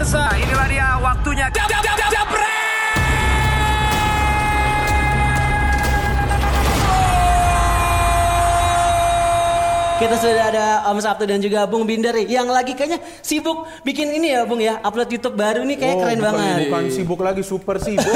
pemirsa, inilah dia waktunya. Kita sudah ada Om Sabtu dan juga Bung Binder yang lagi kayaknya sibuk bikin ini ya Bung ya, upload YouTube baru nih kayak keren banget. Bukan sibuk lagi, super sibuk.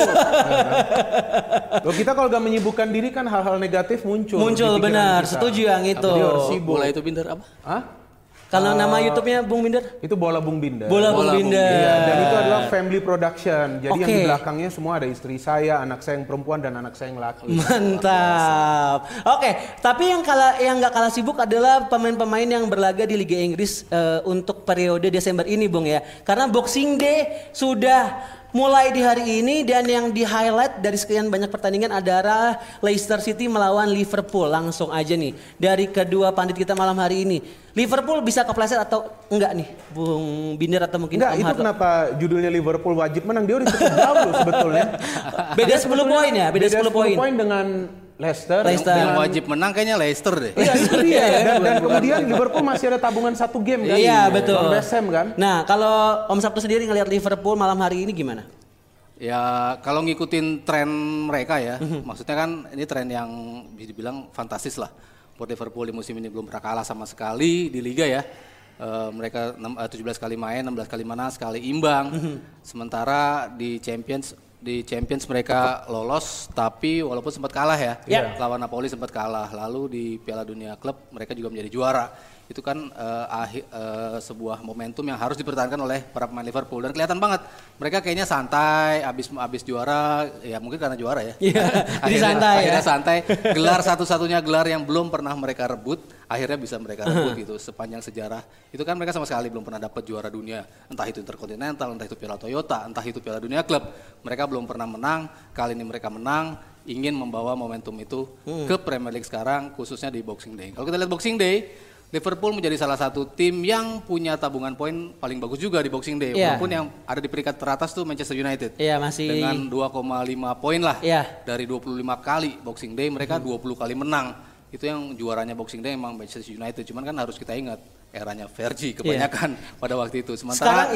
Loh, kita kalau gak menyibukkan diri kan hal-hal negatif muncul. Muncul benar, setuju yang itu. Bola itu Binder apa? Hah? Kalau nama YouTube-nya Bung Binder? Itu Bola Bung Binder. Bola Bung Binder. Iya, dan itu adalah family production. Jadi yang di belakangnya semua ada istri saya, anak saya yang perempuan dan anak saya yang laki. Mantap. Oke, tapi yang nggak kalah sibuk adalah pemain-pemain yang berlaga di Liga Inggris untuk periode Desember ini, Bung ya. Karena Boxing Day sudah mulai di hari ini dan yang di highlight dari sekian banyak pertandingan adalah Leicester City melawan Liverpool. Langsung aja nih dari kedua pandit kita malam hari ini. Liverpool bisa kepleset atau enggak nih Bung Binder atau mungkin enggak, Om itu Harto? kenapa judulnya Liverpool wajib menang? Dia udah cukup jauh loh sebetulnya. Beda 10 poin ya? Beda 10 poin dengan Leicester. Yang wajib menang kayaknya Leicester deh. Iya itu dia. Dan kemudian Liverpool masih ada tabungan 1 game kan? Iya betul. West Ham kan? Nah kalau Om Sabtu sendiri ngelihat Liverpool malam hari ini gimana? Ya kalau ngikutin tren mereka ya, maksudnya kan ini tren yang bisa dibilang fantastis lah. Buat Liverpool di musim ini belum pernah kalah sama sekali di Liga ya. Mereka 17 kali main, 16 kali menang, sekali imbang. Sementara di Champions mereka lolos, tapi walaupun sempat kalah ya. Lawan Napoli sempat kalah. Lalu di Piala Dunia Klub mereka juga menjadi juara. Itu kan sebuah momentum yang harus dipertahankan oleh para pemain Liverpool dan kelihatan banget mereka kayaknya santai abis juara ya mungkin karena juara ya. Akhirnya santai. Gelar satu-satunya gelar yang belum pernah mereka rebut akhirnya bisa mereka rebut gitu sepanjang sejarah. Itu kan mereka sama sekali belum pernah dapat juara dunia, entah itu Intercontinental, entah itu Piala Toyota, entah itu Piala Dunia Klub. Mereka belum pernah menang, kali ini mereka menang, ingin membawa momentum itu ke Premier League sekarang khususnya di Boxing Day. Kalau kita lihat Boxing Day, Liverpool menjadi salah satu tim yang punya tabungan poin paling bagus juga di Boxing Day. Walaupun yang ada di peringkat teratas tuh Manchester United. Masih dengan 2,5 poin lah. Dari 25 kali Boxing Day mereka 20 kali menang. Itu yang juaranya Boxing Day emang Manchester United. Cuman kan harus kita ingat eranya Fergie kebanyakan pada waktu itu. Sementara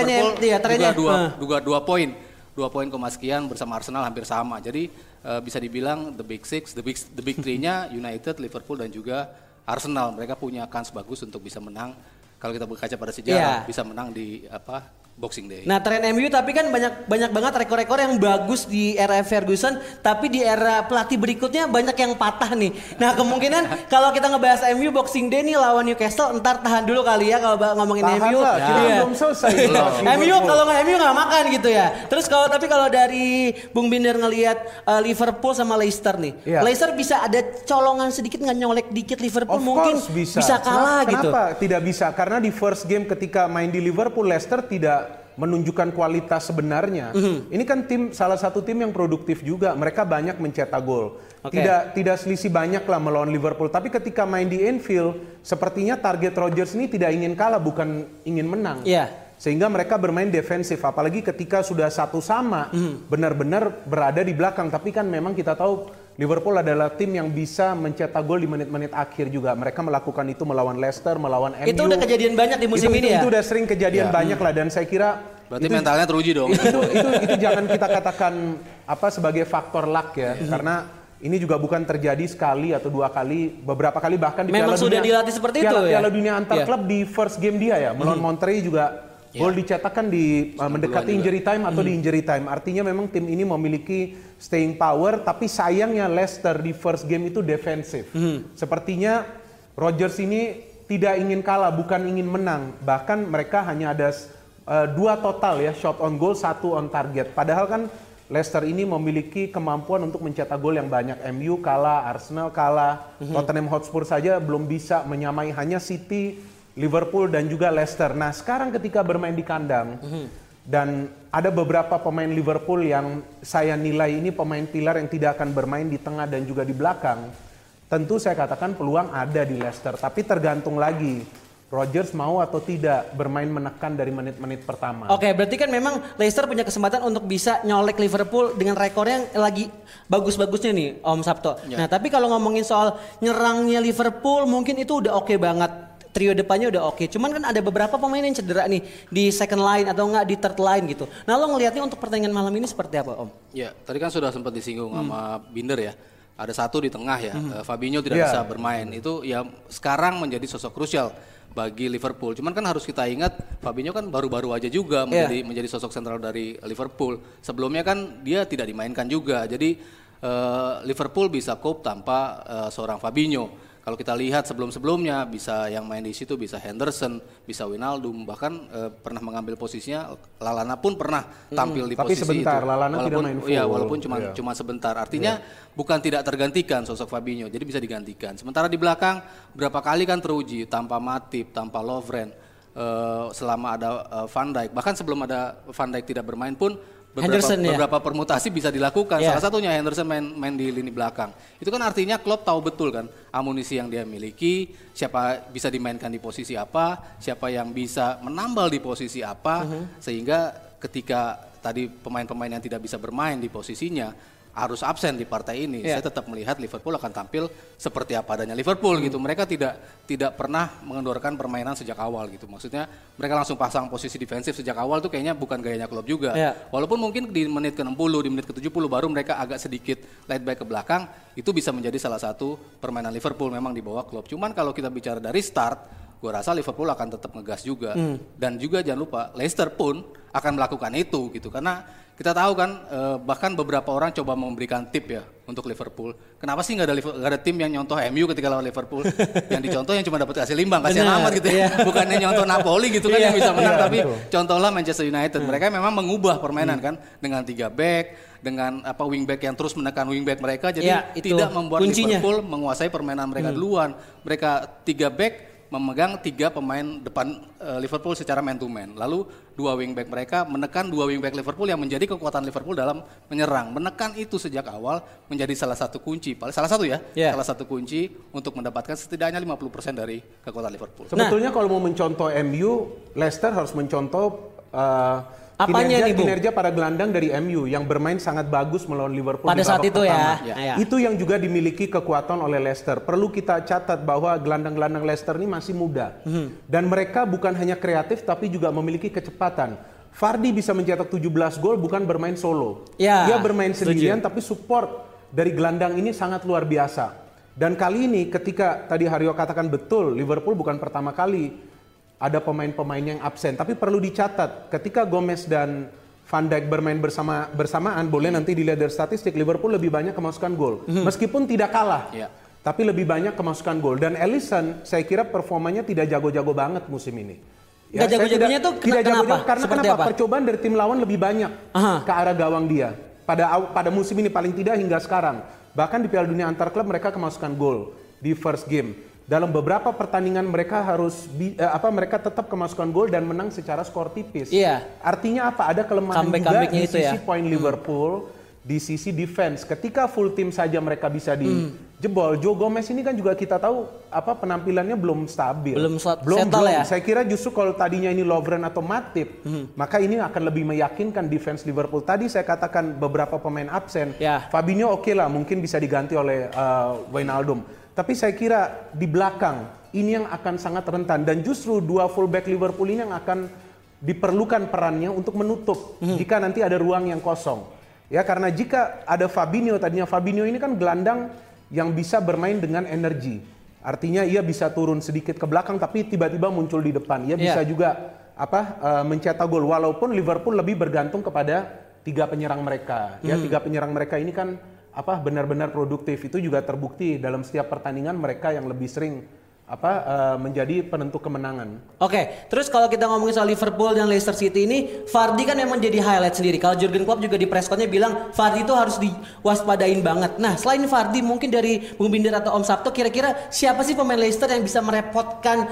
Liverpool juga 2 poin. 2 poin sekian bersama Arsenal hampir sama. Jadi bisa dibilang the big six, the big three-nya United, Liverpool dan juga Arsenal. Mereka punya kans bagus untuk bisa menang. Kalau kita berkaca pada sejarah, bisa menang di Boxing Day. Nah tren MU tapi kan banyak banget rekor-rekor yang bagus di era Ferguson, tapi di era pelatih berikutnya banyak yang patah nih. Nah kemungkinan kalau kita ngebahas MU Boxing Day nih lawan Newcastle, entar tahan dulu kali ya kalau ngomongin MU. Belum selesai. MU kalau nggak MU nggak makan gitu ya. Terus kalau dari Bung Binder ngelihat Liverpool sama Leicester nih, Leicester bisa ada colongan sedikit nggak nyolek dikit Liverpool mungkin bisa kalah gitu. Kenapa tidak bisa? Karena di first game ketika main di Liverpool, Leicester tidak menunjukkan kualitas sebenarnya. Ini kan salah satu tim yang produktif juga. Mereka banyak mencetak gol. Tidak selisih banyak lah melawan Liverpool. Tapi ketika main di Anfield, sepertinya target Rodgers ini tidak ingin kalah, bukan ingin menang. Sehingga mereka bermain defensif. Apalagi ketika sudah 1-1, benar-benar berada di belakang. Tapi kan memang kita tahu Liverpool adalah tim yang bisa mencetak gol di menit-menit akhir juga. Mereka melakukan itu melawan Leicester, melawan MU. Itu udah kejadian banyak di musim ini ya? Itu udah sering kejadian banyak lah, dan saya kira berarti mentalnya teruji dong. Itu jangan kita katakan sebagai faktor luck ya, karena ini juga bukan terjadi sekali atau 2 kali, beberapa kali bahkan di Memang sudah dilatih seperti itu ya. Piala Dunia antar klub di first game dia ya, melawan Monterrey juga gol dicetakkan di mendekati injury time atau di injury time. Artinya memang tim ini memiliki staying power, tapi sayangnya Leicester di first game itu defensif. Sepertinya Rodgers ini tidak ingin kalah, bukan ingin menang. Bahkan mereka hanya ada 2 total ya, shot on goal, 1 on target. Padahal kan Leicester ini memiliki kemampuan untuk mencetak gol yang banyak. MU kalah, Arsenal kalah, Tottenham Hotspur saja belum bisa menyamai, hanya City, Liverpool dan juga Leicester. Nah sekarang ketika bermain di kandang dan ada beberapa pemain Liverpool yang saya nilai ini pemain pilar yang tidak akan bermain di tengah dan juga di belakang, tentu saya katakan peluang ada di Leicester. Tapi tergantung lagi Rodgers mau atau tidak bermain menekan dari menit-menit pertama. Oke, berarti kan memang Leicester punya kesempatan untuk bisa nyolek Liverpool dengan rekor yang lagi bagus-bagusnya nih Om Sabto. Nah tapi kalau ngomongin soal nyerangnya Liverpool mungkin itu udah oke banget. trio depannya udah oke. Cuman kan ada beberapa pemain yang cedera nih di second line atau enggak di third line gitu. Nah lo ngelihatnya untuk pertandingan malam ini seperti apa Om? Ya tadi kan sudah sempat disinggung sama Binder ya. Ada satu di tengah ya, Fabinho tidak bisa bermain. Itu ya sekarang menjadi sosok krusial bagi Liverpool. Cuman kan harus kita ingat Fabinho kan baru-baru aja juga menjadi sosok sentral dari Liverpool. Sebelumnya kan dia tidak dimainkan juga. Jadi Liverpool bisa cope tanpa seorang Fabinho. Kalau kita lihat sebelum-sebelumnya bisa yang main di situ bisa Henderson, bisa Wijnaldum, bahkan pernah mengambil posisinya. Lallana pun pernah tampil di tapi posisi sebentar, itu. Lallana tidak main full. Iya, walaupun cuma sebentar. Artinya bukan tidak tergantikan sosok Fabinho, jadi bisa digantikan. Sementara di belakang berapa kali kan teruji tanpa Matip, tanpa Lovren, selama ada Van Dijk. Bahkan sebelum ada Van Dijk tidak bermain pun beberapa permutasi bisa dilakukan. Salah satunya Henderson main di lini belakang. Itu kan artinya Klopp tahu betul kan amunisi yang dia miliki, siapa bisa dimainkan di posisi apa, siapa yang bisa menambal di posisi apa, sehingga ketika tadi pemain-pemain yang tidak bisa bermain di posisinya harus absen di partai ini. Saya tetap melihat Liverpool akan tampil seperti apa adanya Liverpool gitu. Mereka tidak pernah mengendorkan permainan sejak awal gitu. Maksudnya mereka langsung pasang posisi defensif sejak awal tuh kayaknya bukan gayanya Klopp juga. Walaupun mungkin di menit ke-60, di menit ke-70 baru mereka agak sedikit laid back ke belakang, itu bisa menjadi salah satu permainan Liverpool memang di bawah Klopp. Cuman kalau kita bicara dari start, gue rasa Liverpool akan tetap ngegas juga. Dan juga jangan lupa Leicester pun akan melakukan itu gitu. Karena kita tahu kan bahkan beberapa orang coba memberikan tip ya untuk Liverpool. Kenapa sih nggak ada tim yang nyontoh MU ketika lawan Liverpool? Yang dicontoh yang cuma dapat hasil imbang, kasihan amat gitu ya. Bukannya nyontoh Napoli gitu kan yang bisa menang, tapi contohlah Manchester United. Mereka memang mengubah permainan kan dengan 3 back, dengan wingback yang terus menekan wingback mereka, jadi tidak membuat Liverpool menguasai permainan mereka duluan. Mereka 3 back memegang 3 pemain depan Liverpool secara man to man. Lalu 2 wingback mereka menekan 2 wingback Liverpool yang menjadi kekuatan Liverpool dalam menyerang. Menekan itu sejak awal menjadi salah satu kunci, salah satu kunci untuk mendapatkan setidaknya 50% dari kekuatan Liverpool. Sebetulnya kalau mau mencontoh MU, Leicester harus mencontoh kinerja para gelandang dari MU yang bermain sangat bagus melawan Liverpool pada saat itu pertama. Itu yang juga dimiliki kekuatan oleh Leicester. Perlu kita catat bahwa gelandang-gelandang Leicester ini masih muda. Dan mereka bukan hanya kreatif tapi juga memiliki kecepatan. Vardy bisa mencetak 17 gol bukan bermain solo. Dia bermain sendirian tapi support dari gelandang ini sangat luar biasa. Dan kali ini ketika tadi Haryo katakan betul, Liverpool bukan pertama kali ada pemain-pemain yang absen, tapi perlu dicatat ketika Gomez dan Van Dijk bermain bersamaan, boleh nanti dilihat dari statistik, Liverpool lebih banyak kemasukan gol, meskipun tidak kalah, tapi lebih banyak kemasukan gol. Dan Alisson, saya kira performanya tidak jago-jago banget musim ini. Nggak jago-jagonya tuh kenapa? Karena kenapa? Percobaan dari tim lawan lebih banyak ke arah gawang dia. Pada musim ini paling tidak hingga sekarang, bahkan di Piala Dunia antar klub mereka kemasukan gol di first game. Dalam beberapa pertandingan mereka mereka tetap kemasukan gol dan menang secara skor tipis. Artinya apa? Ada kelemahan juga di sisi poin Liverpool, di sisi defense. Ketika full tim saja mereka bisa dijebol. Joe Gomez ini kan juga kita tahu penampilannya belum stabil. Belum. Ya? Saya kira justru kalau tadinya ini Lovren atau Matip, maka ini akan lebih meyakinkan defense Liverpool. Tadi saya katakan beberapa pemain absen. Fabinho oke lah, mungkin bisa diganti oleh Wijnaldum. Tapi saya kira di belakang ini yang akan sangat rentan dan justru 2 fullback Liverpool ini yang akan diperlukan perannya untuk menutup jika nanti ada ruang yang kosong. Ya karena jika ada Fabinho, tadinya Fabinho ini kan gelandang yang bisa bermain dengan energi. Artinya ia bisa turun sedikit ke belakang tapi tiba-tiba muncul di depan. Ia bisa juga mencetak gol walaupun Liverpool lebih bergantung kepada 3 penyerang mereka. Ya 3 penyerang mereka ini kan benar-benar produktif. Itu juga terbukti dalam setiap pertandingan mereka yang lebih sering menjadi penentu kemenangan. Oke, terus kalau kita ngomongin soal Liverpool dan Leicester City ini, Vardy kan memang jadi highlight sendiri. Kalau Jurgen Klopp juga di press connya bilang Vardy itu harus diwaspadain banget. Nah, selain Vardy mungkin dari Bung Binder atau Om Sabto, kira-kira siapa sih pemain Leicester yang bisa merepotkan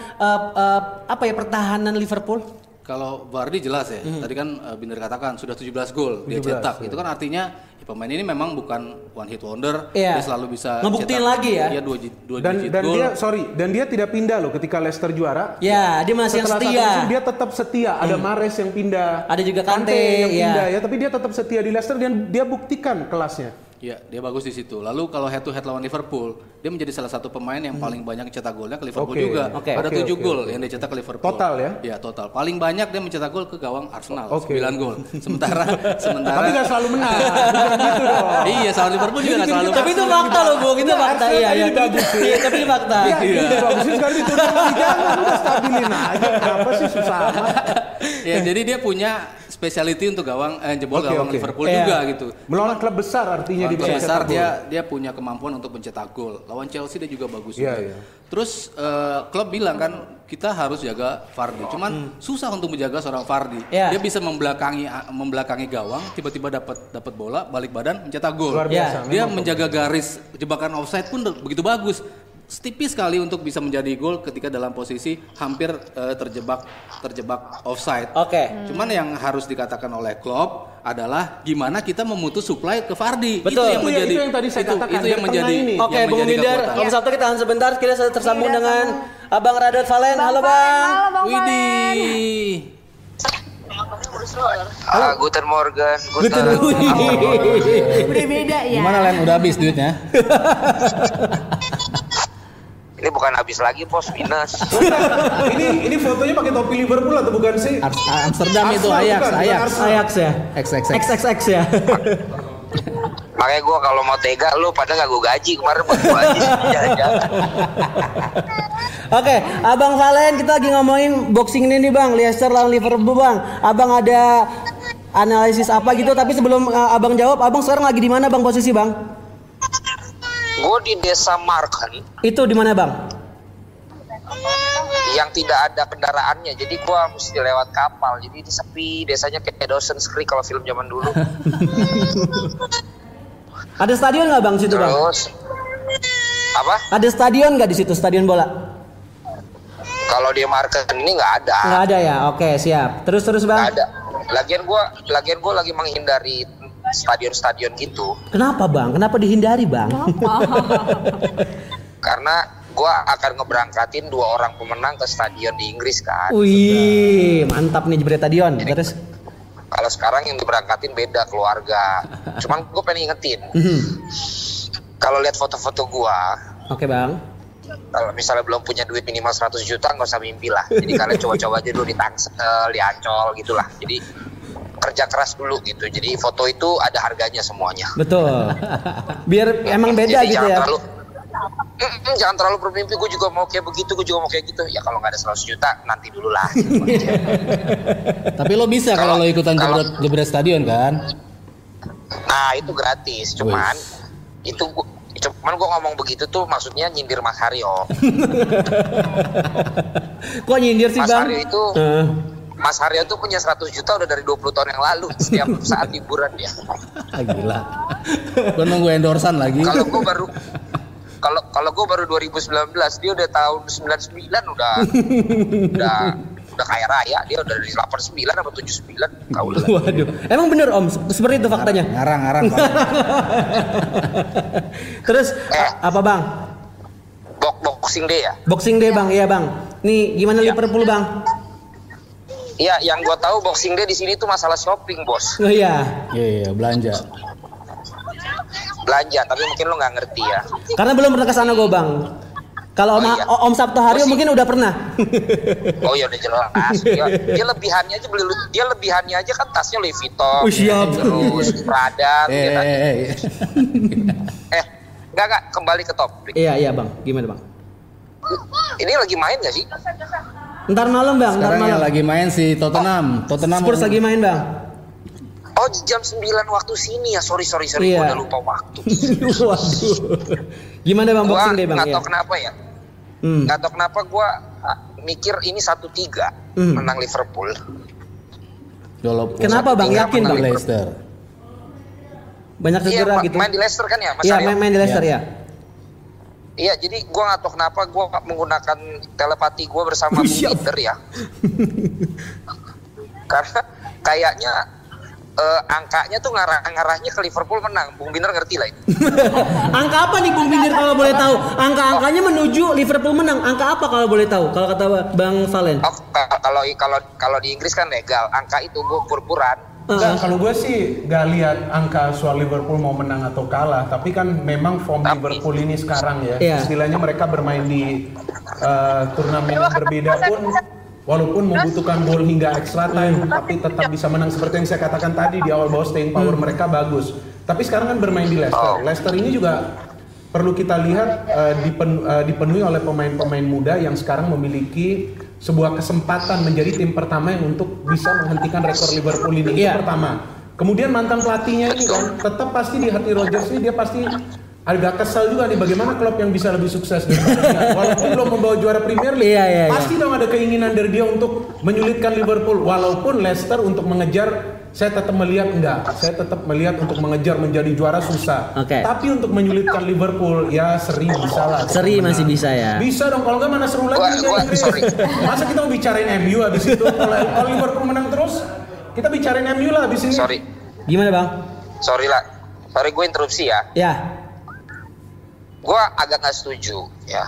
pertahanan Liverpool? Kalau Vardy jelas ya, tadi kan Binder katakan sudah 17 gol dia cetak. Itu kan artinya pemain ini memang bukan one hit wonder, dia selalu bisa ngebuktiin lagi ya. Dia 2 digit gol. Dan dia tidak pindah loh ketika Leicester juara. Ya, dia masih setia. Dia tetap setia. Ada Mahrez yang pindah. Ada juga Kante yang pindah ya, tapi dia tetap setia di Leicester dan dia buktikan kelasnya. Iya, dia bagus di situ. Lalu kalau head to head lawan Liverpool, dia menjadi salah satu pemain yang paling banyak cetak golnya ke Liverpool juga. Ada 7 gol yang dia cetak ke Liverpool. Total ya? Iya, total. Paling banyak dia mencetak gol ke gawang Arsenal, 9 gol. Sementara Tapi nggak selalu menang. Bukan gitu dong. Iya, sama Liverpool juga nggak selalu. Tapi itu fakta loh, Bung. Itu fakta. Iya. Tapi itu fakta. Iya, bagusin sekarang diturun lagi. Jangan, udah stabilin aja. Kenapa sih susah amat? Ya, jadi dia punya speciality untuk gawang jebol gawang Liverpool juga gitu. Melawan klub besar artinya di klub besar dia punya kemampuan untuk mencetak gol. Lawan Chelsea dia juga bagus juga. Terus klub bilang kan kita harus jaga Vardy. Cuman susah untuk menjaga seorang Vardy. Dia bisa membelakangi gawang, tiba-tiba dapat bola, balik badan mencetak gol. Dia menjaga garis jebakan offside pun begitu bagus. Tipis sekali untuk bisa menjadi gol ketika dalam posisi hampir terjebak offside. Cuman yang harus dikatakan oleh Klopp adalah gimana kita memutus supply ke Vardy. Betul. Itu yang tadi saya katakan. Itu yang menjadi Oke, Bung Minder, Om Sabto kita tahan sebentar. Kita sudah tersambung dengan Abang Radot Valen. Halo, Bang. Halo, Bang. Widih. Guten Morgen. Udah beda ya. Gimana Len? Udah habis duitnya? Ini bukan habis lagi, Bos, minus. ini fotonya pakai topi Liverpool atau bukan sih? Amsterdam itu Ajax ya. XXX ya. Makanya gue kalau mau tega, lu pada nggak gue gaji kemarin buat gue aja jalan-jalan. Oke, Abang Valen, kita lagi ngomongin boxing ini nih Bang, Leicester lawan Liverpool Bang. Abang ada analisis apa gitu? Tapi sebelum Abang jawab, Abang sekarang lagi di mana Bang posisi Bang? Gue di desa Marken. Itu di mana Bang? Yang tidak ada kendaraannya, jadi gue mesti lewat kapal. Jadi ini sepi, desanya kayak Dawson's Creek kalau film zaman dulu. Ada stadion nggak Bang situ Bang? Terus apa? Ada stadion nggak di situ, stadion bola? Kalau di Marken ini nggak ada. Nggak ada ya, oke siap. Terus Bang? Nggak ada. Lagian gue lagi menghindari stadion-stadion gitu. Kenapa Bang? Kenapa dihindari Bang? Karena gue akan ngeberangkatin 2 orang pemenang ke stadion di Inggris kan. Wih, mantap nih Jebret Stadion. Terus? Kalau sekarang yang diberangkatin beda keluarga. Cuman gue pengen ingetin. Kalau lihat foto-foto gue. Oke Bang. Kalau misalnya belum punya duit minimal 100 juta nggak usah mimpi lah. Jadi kalian coba-coba aja dulu di Tangsel, di Ancol gitulah. Jadi kerja keras dulu gitu. Jadi foto itu ada harganya semuanya. Betul. Biar emang beda jadi gitu ya. Jangan terlalu bermimpi. Gue juga mau kayak begitu, gue juga mau kayak gitu. Ya kalau nggak ada 100 juta nanti dulu lah. Tapi lo bisa kalau lo ikutan jebret stadion kan? Nah itu gratis. Cuman gue ngomong begitu tuh maksudnya nyindir Mas Haryo. Kok nyindir sih Bang? Mas Haryo tuh punya 100 juta udah dari 20 tahun yang lalu. Setiap saat liburan dia. Gila. Gue nunggu endorsan lagi. Kalau gue baru 2019, dia udah tahun 99 udah kaya raya. Dia udah dari 89 atau 79. Waduh. Emang bener Om, seperti itu faktanya? Ngarang. Terus apa Bang? Boxing Day ya? Boxing Day Bang, iya Bang. Nih gimana Liverpool Bang? Iya, yang gue tahu Boxing Day di sini tuh masalah shopping, Bos. Oh iya. Iya, belanja, tapi mungkin lo nggak ngerti ya. Karena belum pernah ke sana gue Bang. Kalau Om Sabto Haryo mungkin udah pernah. Oh iya udah jelas. Dia lebihannya aja kan tasnya Louis Vuitton. Siap. Terus Prada. Enggak kembali ke topik. Iya Bang. Gimana Bang? Ini lagi main nggak sih? Ntar malam Bang. Sekarang yang lagi main si Tottenham. Spurs lagi main Bang. Oh jam 9 waktu sini ya. Sorry. Iya. Gue udah lupa waktu. Waduh. Gimana Bang Boxing Day Bang? Gak tau kenapa ya. Gak tau kenapa gue mikir ini 1-3 menang Liverpool. Kenapa Bang? Yakin Bang? Leicester. Banyak cedera gitu. Main di Leicester kan ya Mas Iya Aryo? main di Leicester ya. Iya, jadi gue nggak tahu kenapa gue menggunakan telepati gue bersama Bung Binder ya. Karena kayaknya angkanya tuh ngarahnya ke Liverpool menang. Bung Binder ngerti lah itu. Angka apa nih Bung Binder kalau boleh tahu? Angka-angkanya menuju Liverpool menang. Angka apa kalau boleh tahu? Kalau kata Bang Valen. Kalau di Inggris kan legal. Angka itu gue pur-puran. Enggak, kalau gue sih gak lihat angka soal Liverpool mau menang atau kalah, tapi kan memang form Liverpool ini sekarang ya, istilahnya mereka bermain di turnamen yang berbeda pun, walaupun membutuhkan gol hingga extra time, tapi tetap bisa menang seperti yang saya katakan tadi di awal bahwa staying power mereka bagus. Tapi sekarang kan bermain di Leicester. Leicester ini juga perlu kita lihat dipenuhi oleh pemain-pemain muda yang sekarang memiliki sebuah kesempatan menjadi tim pertama yang untuk bisa menghentikan rekor Liverpool ini. Itu pertama. Kemudian mantan pelatihnya ini kan tetap pasti di hati Rodgers ini dia pasti agak kesal juga nih bagaimana klub yang bisa lebih sukses daripada dia. Walaupun belum membawa juara Premier League, pasti dong ada keinginan dari dia untuk menyulitkan Liverpool. Walaupun Leicester untuk mengejar, saya tetap melihat untuk mengejar menjadi juara susah. Tapi untuk menyulitkan Liverpool ya seri bisa lah. Seri masih bisa ya. Bisa dong, kalau nggak mana seru lagi Liga Inggris. Masa kita mau bicarain MU habis itu? Kalau Liverpool menang terus, kita bicarain MU lah habis ini. Sorry. Gimana bang? Sorry gue interupsi ya. Ya. Gue agak nggak setuju ya.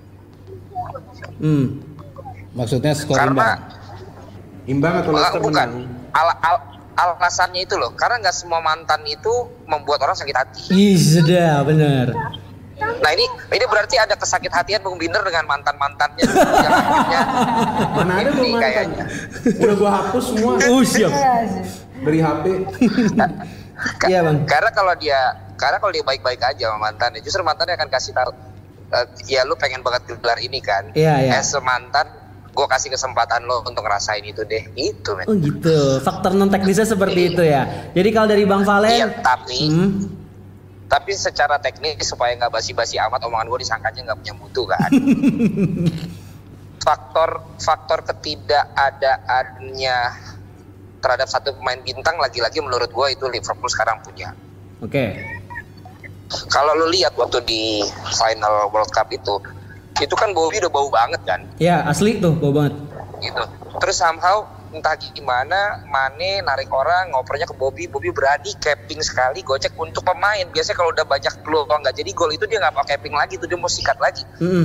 Maksudnya skor imbang atau Leicester menang? Alasannya itu loh, karena nggak semua mantan itu membuat orang sakit hati. Sudah benar. Nah ini berarti ada kesakit hatian Bung Binder dengan mantannya yang akhirnya. Mana ada gue mantan? Kayaknya. Udah gue hapus semua. Siap. Dari HP. Iya bang. Karena kalau dia baik-baik aja sama mantannya, justru mantannya akan kasih tahu, ya lu pengen banget gelar ini kan? Iya. Semantan, gue kasih kesempatan lo untuk ngerasain itu deh, itu men. Oh gitu, faktor non teknisnya seperti itu ya. Jadi kalau dari Bang Valen, iya, tapi secara teknis supaya nggak basi-basi amat omongan gue disangkanya nggak punya mutu kan. faktor ketidakadaannya terhadap satu pemain bintang lagi-lagi menurut gue itu Liverpool sekarang punya. Kalau lo lihat waktu di final World Cup itu kan Bobby udah bau banget kan? Ya asli tuh bau banget. Gitu. Terus somehow entah gimana Mane narik orang ngopernya ke Bobby berani capping sekali gocek untuk pemain. Biasanya kalau udah banyak peluang nggak jadi gol itu dia nggak pakai capping lagi tuh, dia mau sikat lagi.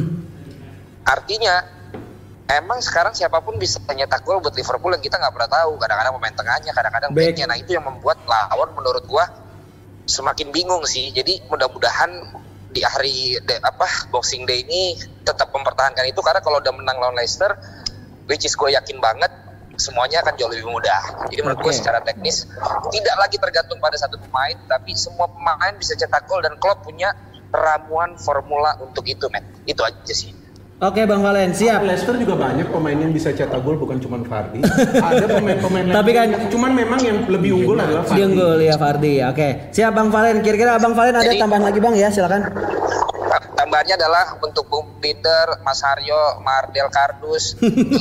Artinya emang sekarang siapapun bisa nyetak gol buat Liverpool yang kita nggak pernah tahu. Kadang-kadang pemain tengahnya, kadang-kadang backnya. Nah itu yang membuat lawan menurut gua semakin bingung sih. Jadi mudah-mudahan di hari Boxing Day ini tetap mempertahankan itu, karena kalau udah menang lawan Leicester, which is gue yakin banget semuanya akan jauh lebih mudah. Jadi menurut gue secara teknis tidak lagi tergantung pada satu pemain, tapi semua pemain bisa cetak gol dan Klopp punya ramuan formula untuk itu, men. Itu aja sih. Oke Bang Valen, siap. Leicester juga banyak pemain yang bisa cetak gol, bukan cuma Vardy. Ada pemain-pemain Tapi kan cuman memang yang lebih unggul adalah Vardy. Unggul ya Vardy. Oke. Siap Bang Valen. Kira-kira Bang Valen ada tambahan lagi Bang ya, silakan. Tambahannya adalah untuk Bung Binder, Mas Haryo, Mardel Kardus,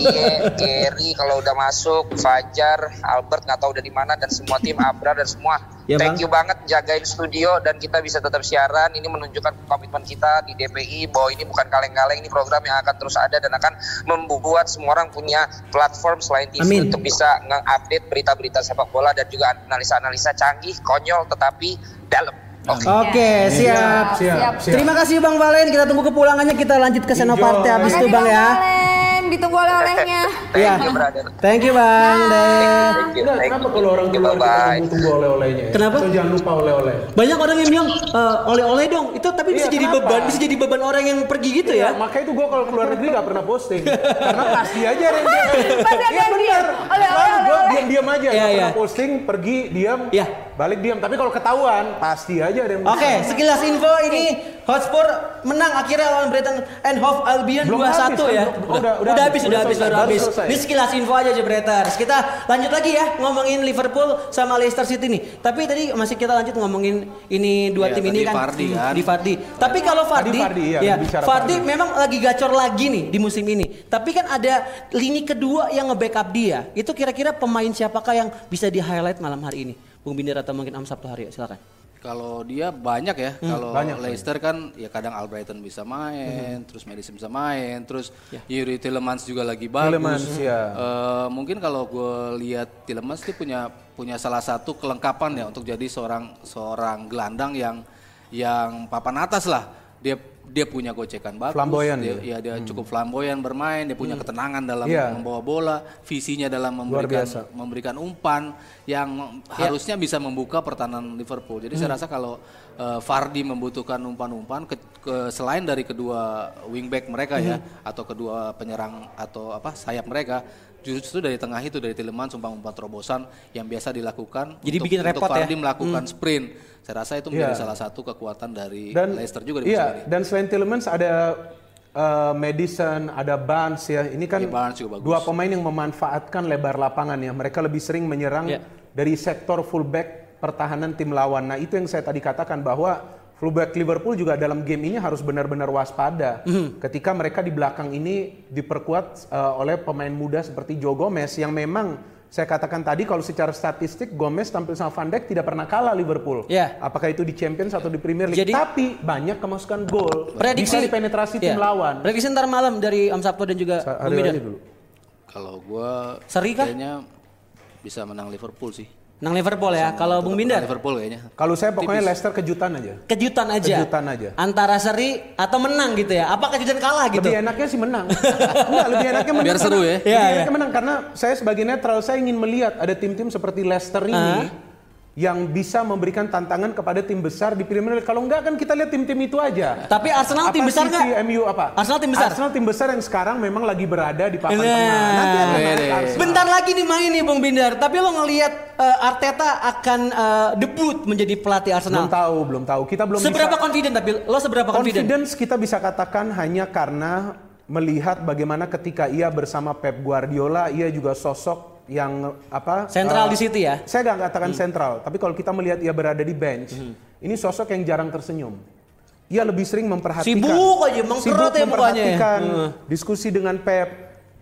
Gary kalau udah masuk, Fajar, Albert nggak tahu udah di mana, dan semua tim Abra dan semua. Ya, Thank you banget jagain studio dan kita bisa tetap siaran. Ini menunjukkan komitmen kita di DPI bahwa ini bukan kaleng-kaleng, ini program yang akan terus ada dan akan membuat semua orang punya platform selain TV untuk bisa nge-update berita-berita sepak bola dan juga analisa-analisa canggih, konyol tetapi dalam. Oke, siap. Terima kasih Bang Valen. Kita tunggu kepulangannya. Kita lanjut ke Senoparte habis itu Bang ya. Ditunggu oleh-olehnya. Iya. Thank you Bang. Kenapa kalau orang keluar kita tunggu oleh-olehnya? Kenapa? So, jangan lupa oleh-oleh. Banyak orang yang bilang oleh-oleh dong. Itu tapi bisa jadi beban, bisa jadi beban orang yang pergi gitu ya. Makanya itu gue kalau keluar negeri gak pernah posting. Karena pasti aja yang dia. Iya benar. Gue diam-diam aja. Iya. Pernah posting, pergi, diam, balik diam. Tapi kalau ketahuan, pasti aja ada yang. Oke, sekilas info ini Hotspur menang akhirnya lawan Brighton and Hove Albion 2-1 ya. Udah habis. Ini sekilas info aja Jebreters. Kita lanjut lagi ya ngomongin Liverpool sama Leicester City nih. Tapi tadi masih kita lanjut ngomongin ini dua tim ini kan. Di Vardy. Tapi kalau Vardy memang lagi gacor lagi nih di musim ini. Tapi kan ada lini kedua yang nge-backup dia. Itu kira-kira pemain siapakah yang bisa di-highlight malam hari ini? Bung Binder atau mungkin Sabtu hari ya, silakan. Kalau dia banyak ya, kalau Leicester kan ya kadang Albrighton bisa main, terus Madison bisa main, terus Yuri Tielemans juga lagi bagus. Mungkin kalau gue lihat Tielemans itu punya salah satu kelengkapan ya untuk jadi seorang gelandang yang papan atas lah. Dia dia punya gocekan bagus, Flamboyan, dia cukup flamboyan bermain, dia punya ketenangan dalam membawa bola, visinya dalam memberikan umpan yang harusnya bisa membuka pertahanan Liverpool. Jadi saya rasa kalau Vardy membutuhkan umpan-umpan selain dari kedua wingback mereka ya, atau kedua penyerang atau sayap mereka, justru dari tengah itu, dari Tielemans umpan terobosan yang biasa dilakukan. Jadi bikin repot untuk Vardy ya? melakukan sprint. Saya rasa itu menjadi salah satu kekuatan dari Leicester juga di musim ini. Dan selain Tielemans ada Maddison, ada Barnes ya. Ini kan dua pemain yang memanfaatkan lebar lapangan ya. Mereka lebih sering menyerang dari sektor fullback pertahanan tim lawan. Nah itu yang saya tadi katakan bahwa fullback Liverpool juga dalam game ini harus benar-benar waspada. Ketika mereka di belakang ini diperkuat oleh pemain muda seperti Joe Gomez yang memang saya katakan tadi kalau secara statistik Gomez tampil sama Van Dijk tidak pernah kalah Liverpool. Apakah itu di Champions atau di Premier League. Tapi banyak kemasukan gol. Bisa dipenetrasi tim lawan. Prediksi ntar malam dari Om Sabto dan juga Bung Bidan. Kalau gue kayaknya bisa menang Liverpool sih. Menang Liverpool ya. Kalau Bung Bindar? Liverpool kayaknya. Kalau saya pokoknya Leicester kejutan aja. Kejutan aja. Antara seri atau menang gitu ya. Apa kejutan kalah gitu? Lebih enaknya sih menang. Enggak, lebih enaknya menang. Biar seru ya. Lebih enaknya menang karena saya sebagai netral saya ingin melihat ada tim-tim seperti Leicester ini yang bisa memberikan tantangan kepada tim besar di Premier League. Kalau enggak kan kita lihat tim-tim itu aja. Tapi Arsenal tim besar nggak? MU apa? Arsenal tim besar. Arsenal tim besar yang sekarang memang lagi berada di papan tengah. Nanti ada bentar lagi nih main nih Bung Bindar. Tapi lo ngelihat Arteta akan debut menjadi pelatih Arsenal. Belum tahu. Kita belum seberapa confident tapi lo seberapa confident? Confidence kita bisa katakan hanya karena melihat bagaimana ketika ia bersama Pep Guardiola, ia juga sosok yang sentral di City ya. Saya nggak katakan sentral, tapi kalau kita melihat ia berada di bench, ini sosok yang jarang tersenyum. Ia lebih sering memperhatikan, sibuk aja, memperhatikan diskusi dengan Pep.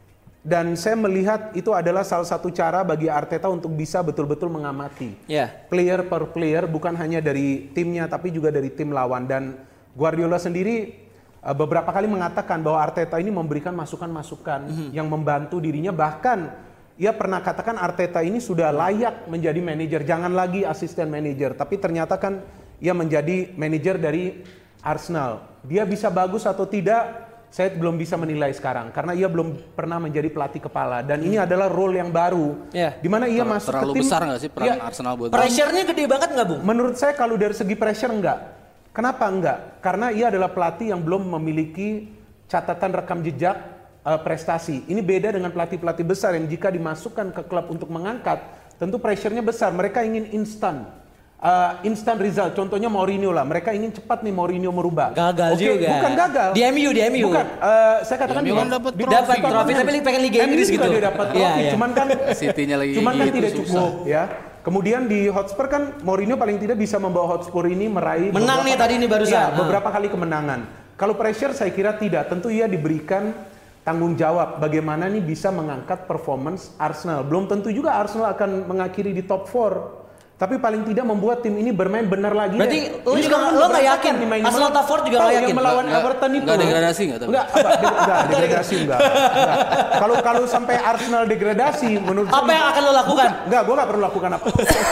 Dan saya melihat itu adalah salah satu cara bagi Arteta untuk bisa betul-betul mengamati player per player, bukan hanya dari timnya tapi juga dari tim lawan. Dan Guardiola sendiri beberapa kali mengatakan bahwa Arteta ini memberikan masukan-masukan yang membantu dirinya. Bahkan ia pernah katakan Arteta ini sudah layak menjadi manajer, jangan lagi asisten manajer. Tapi ternyata kan ia menjadi manajer dari Arsenal. Dia bisa bagus atau tidak, saya belum bisa menilai sekarang. Karena ia belum pernah menjadi pelatih kepala. Dan ini adalah role yang baru. Di mana ia masuk ke tim. Terlalu besar nggak sih peran Arsenal buat pressure-nya gede banget nggak Bung? Menurut saya kalau dari segi pressure enggak. Kenapa enggak? Karena ia adalah pelatih yang belum memiliki catatan rekam jejak prestasi. Ini beda dengan pelatih-pelatih besar yang jika dimasukkan ke klub untuk mengangkat, tentu pressure-nya besar. Mereka ingin instan result. Contohnya Mourinho lah. Mereka ingin cepat nih Mourinho merubah. Gagal juga. Bukan gagal. Di MU. Bukan. Saya katakan dia dapat trofi tapi pengen Liga Inggris gitu. Dia dapat trofi. Cuman kan City-nya lagi cuman kan gitu, tidak cukup ya. Kemudian di Hotspur kan Mourinho paling tidak bisa membawa Hotspur ini meraih menang nih tadi ini barusan. Beberapa kali kemenangan. Kalau pressure saya kira tidak. Tentu ia diberikan tanggung jawab bagaimana nih bisa mengangkat performance Arsenal. Belum tentu juga Arsenal akan mengakhiri di top 4. Tapi paling tidak membuat tim ini bermain benar lagi. Berarti lo nggak yakin Arsenal top 4 juga nggak yakin? Yang melawan Everton itu. Enggak degradasi enggak? Degradasi enggak. Kalau sampai Arsenal degradasi menurut apa yang akan lo lakukan? Enggak, gue nggak perlu lakukan apa.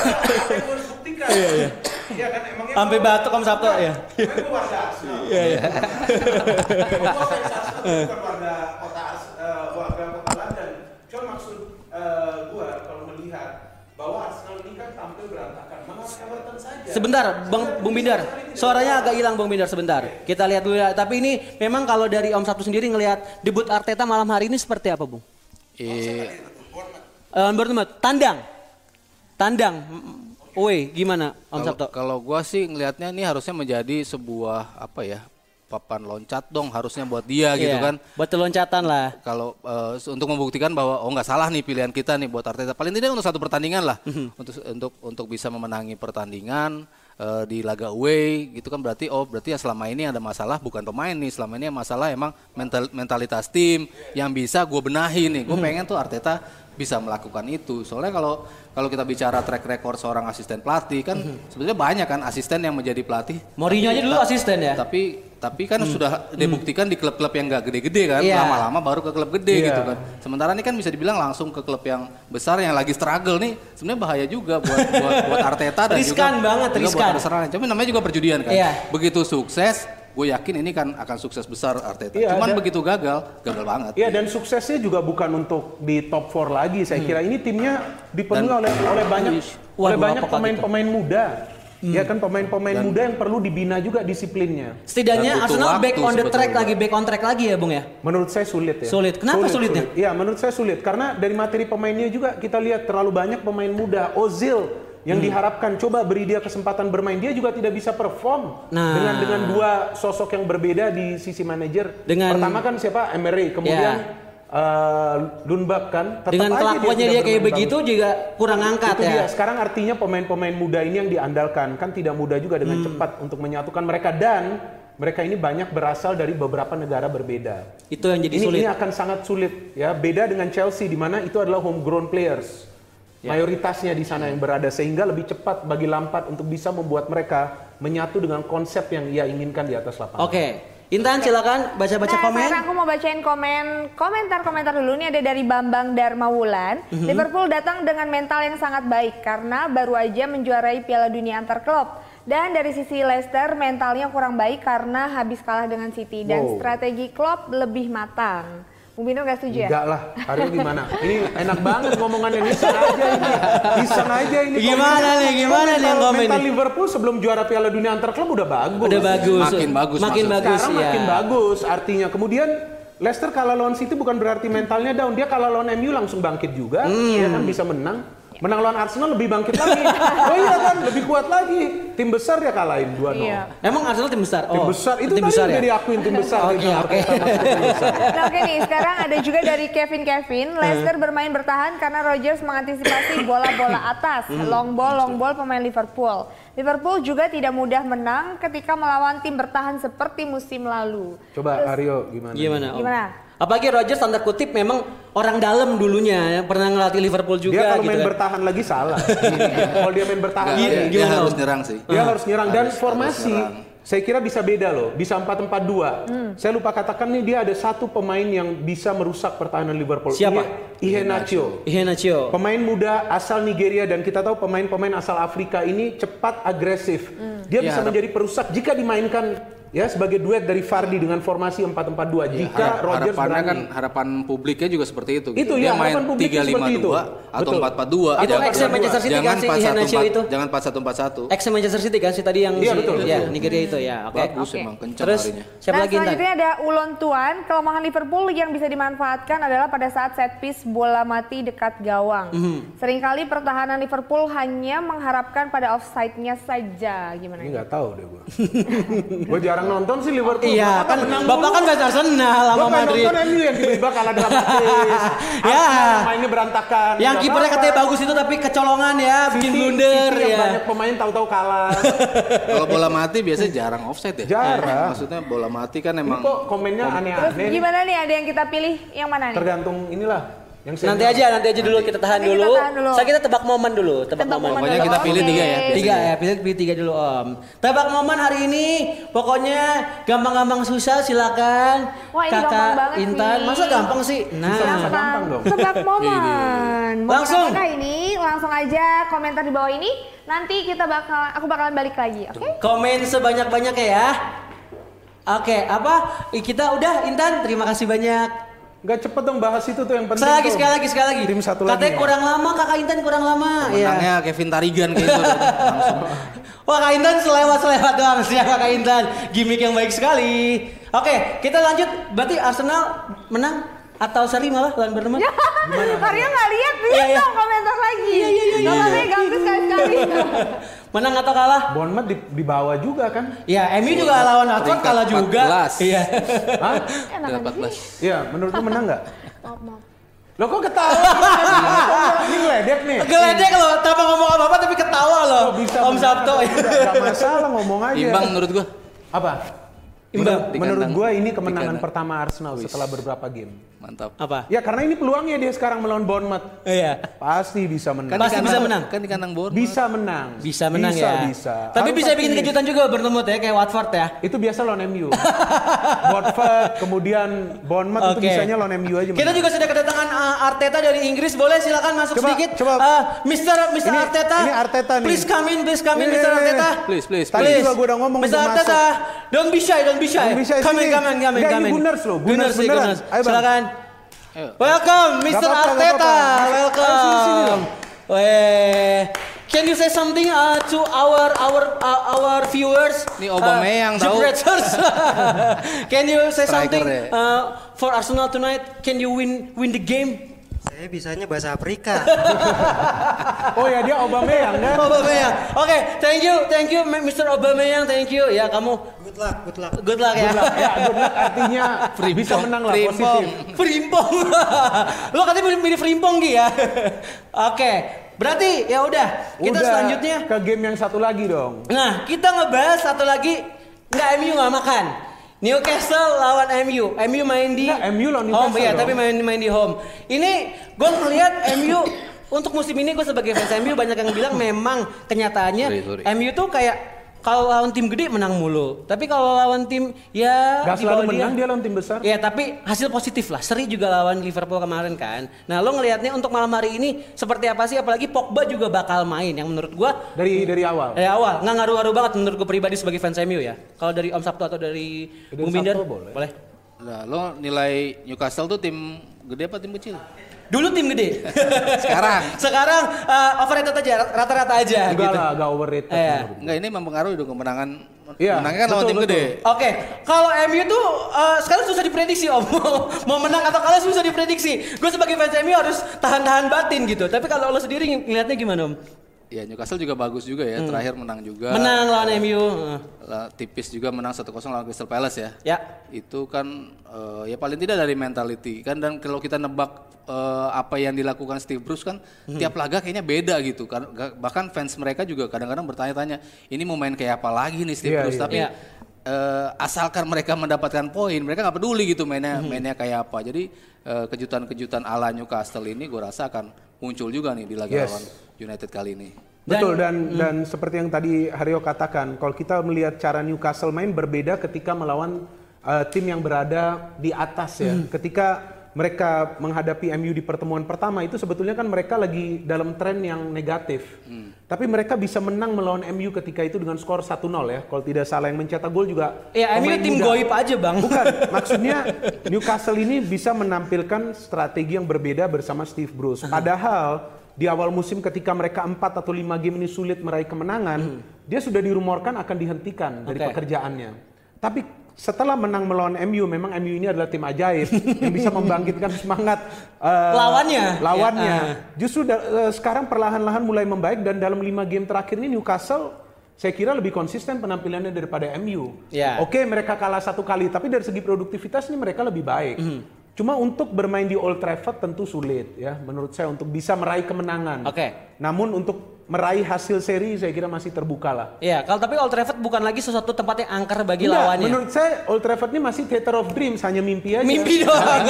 Iya. Iya kan emangnya sampai batuk Om Sabto ya. Gue warga Arsenal. Iya. Gue bukan warga kota London. Cuma maksud gue kalau melihat bahwa Arsenal ini kan tampil berantakan. Mengapa Everton saja? Sebentar, Bung Bindar. Suaranya agak hilang Bung Bindar sebentar. Kita lihat dulu ya. Tapi ini memang kalau dari Om Sabtu sendiri ngelihat debut Arteta malam hari ini seperti apa, Bung? Bournemouth. Tandang. Woi, gimana Om Sabto? Kalau gua sih ngelihatnya ini harusnya menjadi sebuah papan loncat dong harusnya buat dia gitu kan. Buat loncatan lah. Kalau untuk membuktikan bahwa nggak salah nih pilihan kita nih buat Arteta. Paling tidak untuk satu pertandingan lah. Untuk bisa memenangi pertandingan di laga away gitu kan berarti ya selama ini ada masalah bukan pemain nih, selama ini masalah emang mentalitas tim yang bisa gue benahi nih. Gue pengen tuh Arteta bisa melakukan itu. Soalnya kalau kita bicara track record seorang asisten pelatih kan sebenarnya banyak kan asisten yang menjadi pelatih. Mourinho aja dulu asisten ya. Tapi kan sudah dibuktikan di klub-klub yang gak gede-gede kan, lama-lama baru ke klub gede gitu kan. Sementara ini kan bisa dibilang langsung ke klub yang besar yang lagi struggle nih, sebenarnya bahaya juga buat Arteta dan riskan juga banget, buat Arsenal. Tapi namanya juga perjudian kan. Begitu sukses gue yakin ini kan akan sukses besar Arteta. Iya, Cuman begitu gagal banget. Iya, dan suksesnya juga bukan untuk di top 4 lagi. Saya kira ini timnya dipenuhi oleh banyak pemain-pemain muda. Ya kan, pemain-pemain muda yang perlu dibina juga disiplinnya. Setidaknya Arsenal back on track lagi ya, Bung ya? Menurut saya sulit ya. Sulit. Kenapa sulitnya? Iya, menurut saya sulit karena dari materi pemainnya juga kita lihat terlalu banyak pemain muda. Ozil yang diharapkan coba beri dia kesempatan bermain, dia juga tidak bisa perform dengan dua sosok yang berbeda di sisi manajer. Pertama kan siapa? Emery, kemudian Lundberg kan. Dengan kelakuannya dia kayak begitu juga kurang angkat itu ya. Dia. Sekarang artinya pemain-pemain muda ini yang diandalkan kan tidak mudah juga dengan cepat untuk menyatukan mereka, dan mereka ini banyak berasal dari beberapa negara berbeda. Itu yang jadi sulit. Ini akan sangat sulit ya. Beda dengan Chelsea di mana itu adalah homegrown players. Mayoritasnya di sana yang berada, sehingga lebih cepat bagi Lampard untuk bisa membuat mereka menyatu dengan konsep yang ia inginkan di atas lapangan. Oke. Intan silakan baca-baca komen. Sekarang aku mau bacain komentar dulu. Ini ada dari Bambang Darmawulan. Liverpool datang dengan mental yang sangat baik karena baru aja menjuarai Piala Dunia antar klub. Dan dari sisi Leicester mentalnya kurang baik karena habis kalah dengan City dan strategi Klopp lebih matang. Bung Bino gak setuju ya? Enggak lah, Aryo gimana? Ini enak banget ngomongannya, iseng aja ini. Gimana nih yang komen mental nih? Liverpool sebelum juara Piala Dunia antar klub udah bagus. Makin bagus. Sekarang makin bagus artinya. Kemudian Leicester kalah lawan City bukan berarti mentalnya down. Dia kalah lawan MU langsung bangkit juga. Ya kan, bisa menang. Menang lawan Arsenal lebih bangkit lagi. Oh iya kan, lebih kuat lagi. Tim besar dia kalahin 2-0. Iya. Emang Arsenal tim besar? Tim besar itu tim tadi besar udah diakuin tim besar. Oke. Nah, oke nih, sekarang ada juga dari Kevin. Leicester bermain bertahan karena Rodgers mengantisipasi bola-bola atas, long ball pemain Liverpool. Liverpool juga tidak mudah menang ketika melawan tim bertahan seperti musim lalu. Coba Aryo gimana? Gimana? Apalagi Rodgers tanda kutip memang orang dalam dulunya, pernah ngelatih Liverpool juga. Dia kalau gitu main ya. bertahan lagi salah. Kalau dia main bertahan lagi, dia harus nyerang sih. Dia harus nyerang, dan formasi saya kira bisa beda loh, bisa 4-4-2. Saya lupa katakan nih, dia ada satu pemain yang bisa merusak pertahanan Liverpool. Siapa? Iheanacho. Pemain muda asal Nigeria, dan kita tahu pemain-pemain asal Afrika ini cepat, agresif. Dia bisa menjadi perusak jika dimainkan ya sebagai duet dari Vardy dengan formasi 4-4-2. Jika Rodgers berani. Kan harapan publiknya juga seperti itu. Itu dia ya, main harapan publiknya seperti itu. 3-5-2 atau 4-4-2. Itu ex Manchester City kan si Iheanacho itu. Jangan 4-1-4-1. Ex Manchester City kan si tadi yang betul. Nigeria itu ya. Oke. Bagus emang, kencang Terus larinya. siapa lagi Intan? Selanjutnya ada Ulon Tuan. Kelemahan Liverpool yang bisa dimanfaatkan adalah pada saat set piece bola mati dekat gawang. Seringkali pertahanan Liverpool hanya mengharapkan pada offside-nya saja. Gimana? Ini nggak tahu deh gue. Gue jarang nonton sih Liverpool. Iya kan, Bapak kan fans Arsenal sama Madrid. Gue nonton MU yang tiba-tiba kalah dramatis. Ya. Mainnya berantakan. Yang kipernya katanya bagus itu tapi kecolongan ya, bikin blunder yang ya. banyak pemain tahu-tahu kalah. Kalau bola mati biasanya jarang offside ya. Jarang. Maksudnya bola mati kan Ini emang. kok komennya Terus aneh-aneh. gimana nih, ada yang kita pilih yang mana nih? Tergantung inilah. Yang Nanti aja dulu kita tahan Nanti kita dulu. tahan dulu. Kita tebak momen dulu, tebak momen. Pokoknya kita pilih 3 ya. Tiga ya, pilih 3 dulu Om. Tebak momen hari ini, pokoknya gampang-gampang susah silakan. Wah, ini gampang Kakak banget Intan, nih. masa gampang sih? gampang dong. Tebak momen. Mau Langsung. apakah ini? Langsung aja komentar di bawah ini. Nanti aku bakalan balik lagi, oke? Komen sebanyak-banyaknya ya. Oke, apa? Kita udah Intan, terima kasih banyak. Gak cepet dong bahas itu tuh yang penting. Sekali lagi. Tim satu Katanya lagi. kurang lama, Kakak Intan kurang lama. Menangnya Kevin Tarigan kayak gitu. Langsung. Wah, Kak Intan selewat doang sih Kak Intan. Gimik yang baik sekali. Oke, kita lanjut. Berarti Arsenal menang atau seri malah lawan Bournemouth? Arya nggak lihat, lihat dong komentar lagi. Nggak apa-apa, ganggu sekali. Menang atau kalah? Bournemouth di bawah juga kan? Ya, MU juga lawan Watford kalah juga. 14. Iya. Hah? Enak aja sih. Iya, menurut lu menang nggak? Maaf. Lo kok ketawa? Ini ngeledek nih. Geledek loh, tanpa ngomong apa-apa tapi ketawa loh. Kok bisa Om menang? Sabto. Gak masalah, ngomong aja. Imbang menurut gua. Apa? Imbang. Menurut Di gue kandang. ini kemenangan Di kandang. pertama Arsenal setelah beberapa game. Mantap. Apa? Ya karena ini peluangnya dia sekarang melawan Bournemouth. Iya. Pasti bisa menang. Pasti bisa menang. Kan di kandang Bournemouth. Bisa menang. Bisa menang ya. Bisa. Tapi Harus bisa bikin optimis. kejutan juga Bournemouth ya, kayak Watford ya. Itu biasa lawan MU. Watford, kemudian Bournemouth itu Oke. bisanya lawan MU aja. Kita menang. juga sudah kedatangan Arteta dari Inggris. Boleh silakan masuk Coba, sedikit. coba. Mr. Ini- Arteta. ini Arteta nih. Please come in, Ini, Mr. Arteta. Please. Tadi juga gue udah ngomong Mr. untuk Arteta, masuk. don't be shy. be shy. Come on. Gunners loh. Gunners. Ayo, Bang. Silakan. Ayo. Welcome, Mr. Gak apa-apa, Arteta. gak apa-apa. Welcome. Sini dong. Can you say something to our viewers? Ini Aubameyang tahu. Jebreters. Can you say something Striker for Arsenal tonight? Can you win the game? Saya bisanya bahasa Afrika. Oh ya, dia Aubameyang kan? Aubameyang. Oke, thank you Mr. Aubameyang, thank you. Ya kamu. Good luck. Good luck ya. Ya, good luck artinya bisa menang lah, positif. Frimpong. Lo katanya milih Frimpong Gi ya. Oke, berarti ya udah. Kita selanjutnya ke game yang satu lagi dong. Nah, kita ngebahas satu lagi. Nggak, MU nggak makan. Newcastle lawan MU. MU main di MU lawan home, Newcastle ya, dong. tapi main di home. Ini gue ngelihat MU untuk musim ini, gue sebagai fans MU banyak yang bilang memang kenyataannya Sorry. MU tuh kayak kalau lawan tim gede menang mulu. Tapi kalau lawan tim ya Gak di bawah selalu menang dia lawan tim besar. Ya, tapi hasil positif lah. Seri juga lawan Liverpool kemarin kan. Nah, lo ngelihatnya untuk malam hari ini seperti apa sih? Apalagi Pogba juga bakal main yang menurut gua Dari awal. dari awal nggak ngaruh-ngaruh banget menurut gue pribadi sebagai fans MU ya. Kalau dari Om Sabtu atau dari Bung Binder boleh. Nah, lo nilai Newcastle tuh tim gede apa tim kecil? Dulu tim gede. Sekarang Overrated aja, rata-rata aja. Enggak gitu. lah, enggak overrated. Iya. Enggak, ini mempengaruhi dong kemenangan. Iya, Menangnya kan lawan tim betul. gede. Oke, kalau MU tuh sekarang susah diprediksi Om. Mau menang atau kalah susah diprediksi. Gue sebagai fans MU harus tahan-tahan batin gitu. Tapi kalau lo sendiri ngelihatnya gimana Om? Ya Newcastle juga bagus juga ya, terakhir menang juga. Menang lawan MU. Tipis juga menang 1-0 lawan Crystal Palace ya. Ya. Itu kan ya paling tidak dari mentality kan, dan kalau kita nebak apa yang dilakukan Steve Bruce kan tiap laga kayaknya beda gitu kan. Bahkan fans mereka juga kadang-kadang bertanya-tanya, ini mau main kayak apa lagi nih Steve Bruce, tapi asalkan mereka mendapatkan poin, mereka nggak peduli gitu mainnya kayak apa. Jadi kejutan-kejutan ala Newcastle ini gue rasa akan muncul juga nih di laga lawan United kali ini. Betul, dan seperti yang tadi Haryo katakan, kalau kita melihat cara Newcastle main berbeda ketika melawan tim yang berada di atas ya. Ketika mereka menghadapi MU di pertemuan pertama itu sebetulnya kan mereka lagi dalam tren yang negatif. Tapi mereka bisa menang melawan MU ketika itu dengan skor 1-0 ya. Kalau tidak salah yang mencetak gol juga Ya MU pemain tim muda. goib aja Bang. Bukan, maksudnya Newcastle ini bisa menampilkan strategi yang berbeda bersama Steve Bruce. Padahal di awal musim ketika mereka 4 atau 5 game ini sulit meraih kemenangan, dia sudah dirumorkan akan dihentikan dari pekerjaannya. Tapi setelah menang melawan MU, memang MU ini adalah tim ajaib yang bisa membangkitkan semangat lawannya. Justru sekarang perlahan-lahan mulai membaik, dan dalam 5 game terakhir ini Newcastle saya kira lebih konsisten penampilannya daripada MU. Oke, mereka kalah 1 kali, tapi dari segi produktivitas ini mereka lebih baik. Cuma untuk bermain di Old Trafford tentu sulit ya menurut saya untuk bisa meraih kemenangan. Namun untuk meraih hasil seri saya kira masih terbuka lah. Iya, kalau tapi Old Trafford bukan lagi sesuatu tempat yang angker bagi lawannya. Menurut saya Old Trafford ini masih theater of dreams, hanya mimpi aja. Mimpi doang.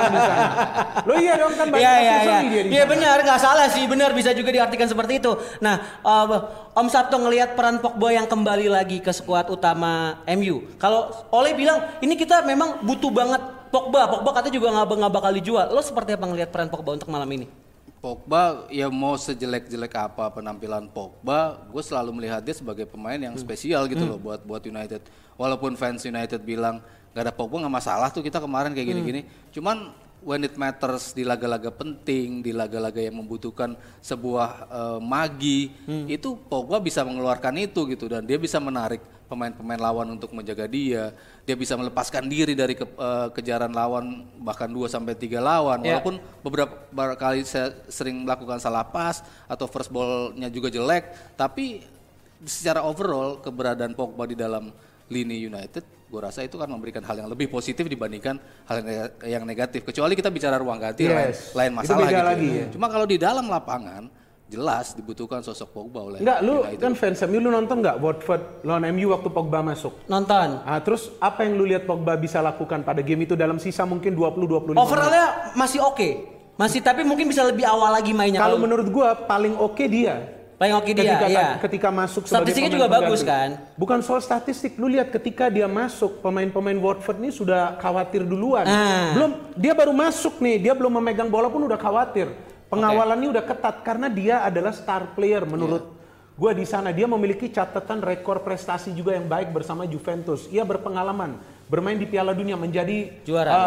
Lo iya dong kan banyak hasil seri dia di sana. Iya benar, nggak salah sih, benar bisa juga diartikan seperti itu. Nah, Om Sabto ngelihat peran Pogba yang kembali lagi ke skuad utama MU. Kalau Ole bilang ini kita memang butuh banget Pogba katanya juga nggak bakal dijual. Lo seperti apa ngelihat peran Pogba untuk malam ini? Pogba ya mau sejelek-jelek apa penampilan Pogba, gue selalu melihat dia sebagai pemain yang spesial gitu loh buat United. Walaupun fans United bilang gak ada Pogba nggak masalah tuh, kita kemarin kayak gini-gini. Cuman when it matters di laga-laga penting, di laga-laga yang membutuhkan sebuah magi, itu Pogba bisa mengeluarkan itu gitu, dan dia bisa menarik pemain-pemain lawan untuk menjaga dia. Dia bisa melepaskan diri dari kejaran lawan bahkan 2-3 lawan. Walaupun beberapa kali saya sering melakukan salah pas atau first ball-nya juga jelek, tapi secara overall keberadaan Pogba di dalam lini United, gue rasa itu kan memberikan hal yang lebih positif dibandingkan hal yang negatif. Kecuali kita bicara ruang ganti, lain masalah gitu. Lagi, ya. Cuma kalau di dalam lapangan jelas dibutuhkan sosok Pogba oleh Enggak, lu United. kan fans MU, lu nonton nggak Watford lawan MU waktu Pogba masuk? Nonton. Terus apa yang lu lihat Pogba bisa lakukan pada game itu dalam sisa mungkin 20-25 Overallnya masih oke. Masih, tapi mungkin bisa lebih awal lagi mainnya. Kalau menurut gua paling oke dia. Paling oke dia, ketika masuk sebagai statistiknya pemain juga bagus pengganti. kan? Bukan soal statistik, lu lihat ketika dia masuk, pemain-pemain Watford ini sudah khawatir duluan. Dia baru masuk nih, dia belum memegang bola pun udah khawatir. Pengawalannya udah ketat karena dia adalah star player menurut Gua di sana dia memiliki catatan rekor prestasi juga yang baik bersama Juventus. Ia berpengalaman bermain di Piala Dunia menjadi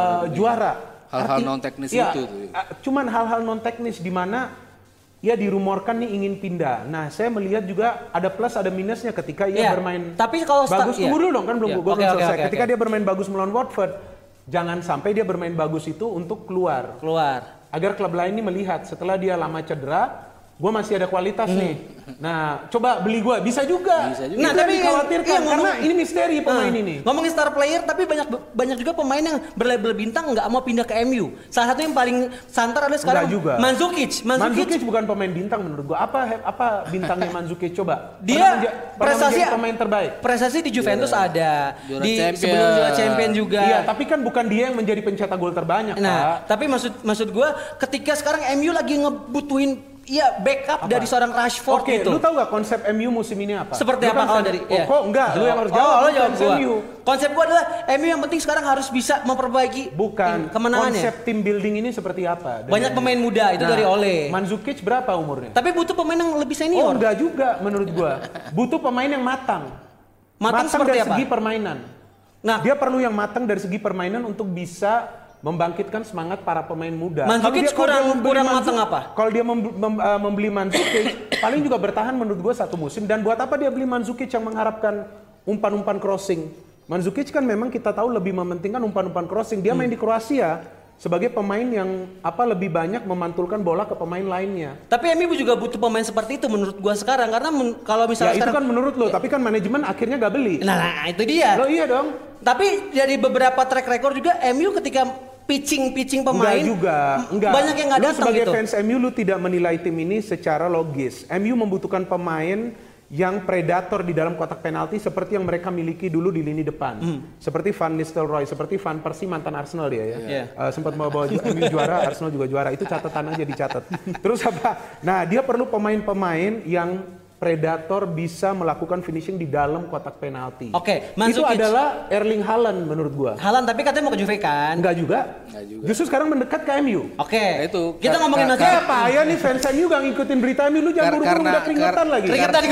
juara. Hal-hal non teknis iya, itu. Cuman hal-hal non teknis di mana ia dirumorkan nih ingin pindah. Nah, saya melihat juga ada plus ada minusnya ketika ia bermain. Tapi kalau bagus tunggu dulu dong kan belum gua belum selesai. Okay, ketika dia bermain bagus melawan Watford, jangan sampai dia bermain bagus itu untuk keluar. Agar klub lain ini melihat setelah dia lama cedera, gue masih ada kualitas nih. Nah, coba beli gue, bisa juga. Nah, tapi dikhawatirkan karena ini misteri pemain ini. Ngomongin star player, tapi banyak juga pemain yang berlabel bintang nggak mau pindah ke MU. Salah satu yang paling santer adalah sekarang Mandzukic. Mandzukic bukan pemain bintang menurut gue. Apa bintangnya Mandzukic coba? Dia prestasi pemain terbaik. Prestasi di Juventus ada, sebelum juara champion juga. Iya, tapi kan bukan dia yang menjadi pencetak gol terbanyak. Nah, tapi maksud gue, ketika sekarang MU lagi ngebutuhin backup dari seorang Rashford gitu. Lu tahu gak konsep MU musim ini apa? Seperti apa kalau dari? Kok enggak? Lu yang harus jawab. Lo jawab gua. Konsep gua adalah MU yang penting sekarang harus bisa memperbaiki kemenangannya. Konsep team building ini seperti apa? Banyak pemain muda itu dari Ole. Mandzukic berapa umurnya? Tapi butuh pemain yang lebih senior. Enggak juga menurut gua. Butuh pemain yang matang. Matang seperti dari apa? segi permainan. Nah, dia perlu yang matang dari segi permainan untuk bisa membangkitkan semangat para pemain muda. Mandzukic kurang matang apa? Kalau dia membeli Mandzukic, paling juga bertahan menurut gue 1 musim. Dan buat apa dia beli Mandzukic yang mengharapkan umpan-umpan crossing? Mandzukic kan memang kita tahu lebih mementingkan umpan-umpan crossing. Dia main di Kroasia sebagai pemain yang lebih banyak memantulkan bola ke pemain lainnya. Tapi MU juga butuh pemain seperti itu menurut gua sekarang karena kalau misalnya itu kan menurut lo, tapi kan manajemen akhirnya gak beli. Nah, itu dia. Lo iya dong. Tapi dari beberapa track record juga MU ketika pitching pemain enggak. Banyak yang nggak datang sebagai gitu. fans MU lu tidak menilai tim ini secara logis. MU membutuhkan pemain yang predator di dalam kotak penalti seperti yang mereka miliki dulu di lini depan. Seperti Van Nistelrooy, seperti Van Persie mantan Arsenal dia ya. Sempat bawa MU juara, Arsenal juga juara. Itu catatan aja dicatat. Terus apa? Nah, dia perlu pemain-pemain yang predator bisa melakukan finishing di dalam kotak penalti. Itu adalah Erling Haaland menurut gua. Haaland tapi katanya mau ke Juve kan? Enggak juga. Justru sekarang mendekat ke MU. Nah, itu. Kita ngomongin apa ya nih fans MU gak ngikutin berita MU, lu jangan buru-buru udah keringetan lagi.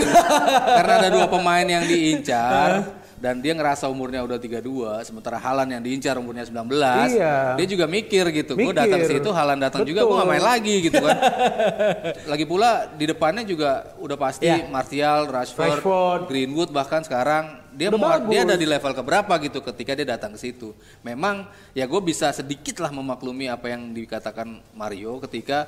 Karena ada 2 pemain yang diincar. Dan dia ngerasa umurnya udah 32, sementara Haaland yang diincar umurnya 19. Dia juga mikir gitu, gue datang ke situ, Haaland datang juga, gue gak main lagi gitu kan. Lagi pula di depannya juga udah pasti Martial, Rashford, Greenwood, bahkan sekarang dia ada di level keberapa gitu ketika dia datang ke situ. Memang ya gue bisa sedikit lah memaklumi apa yang dikatakan Mario ketika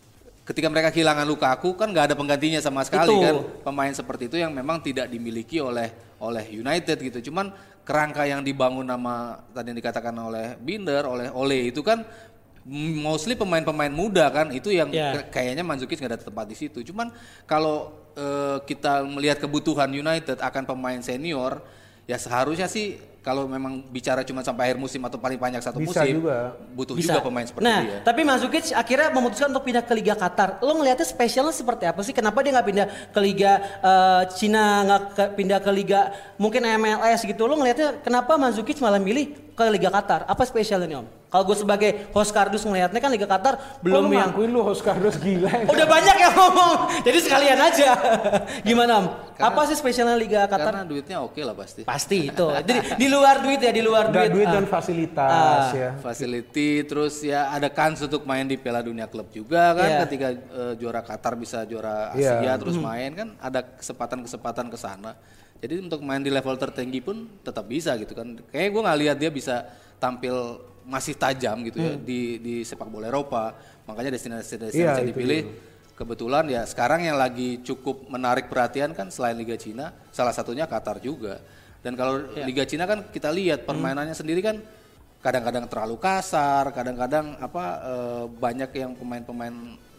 mereka kehilangan Lukaku kan nggak ada penggantinya sama sekali kan, pemain seperti itu yang memang tidak dimiliki oleh United gitu. Cuman kerangka yang dibangun nama tadi yang dikatakan oleh Binder, oleh Ole itu kan mostly pemain-pemain muda kan, itu yang kayaknya Mandzukic nggak ada tempat di situ. Cuman kalau kita melihat kebutuhan United akan pemain senior, ya seharusnya sih kalau memang bicara cuma sampai akhir musim atau paling banyak 1 musim, butuh juga pemain seperti dia. Tapi Mandzukic akhirnya memutuskan untuk pindah ke Liga Qatar. Lo ngelihatnya spesialnya seperti apa sih? Kenapa dia nggak pindah ke Liga Cina, nggak pindah ke Liga mungkin MLS gitu? Lo ngelihatnya kenapa Mandzukic malah milih ke Liga Qatar? Apa spesialnya nih Om? Kalau gue sebagai host kardus ngelihatnya kan Liga Qatar belum yang ngakuin lu host kardus gila. Udah banyak yang ngomong. Jadi sekalian aja. Gimana Om? Apa sih spesialnya Liga Qatar? Karena duitnya oke lah pasti. Pasti itu. Jadi di luar duit ya, di luar duit. Dan fasilitas ya. Facility, terus ya ada kans untuk main di Piala Dunia klub juga kan, ketika juara Qatar bisa juara Asia terus main kan, ada kesempatan-kesempatan ke sana. Jadi untuk main di level tertinggi pun tetap bisa gitu kan. Kayaknya gue nggak lihat dia bisa tampil masih tajam gitu ya di sepak bola Eropa. Makanya destinasi yang dipilih kebetulan ya sekarang yang lagi cukup menarik perhatian kan selain Liga Cina, salah satunya Qatar juga. Dan kalau Liga Cina kan kita lihat permainannya sendiri kan kadang-kadang terlalu kasar, kadang-kadang banyak yang pemain-pemain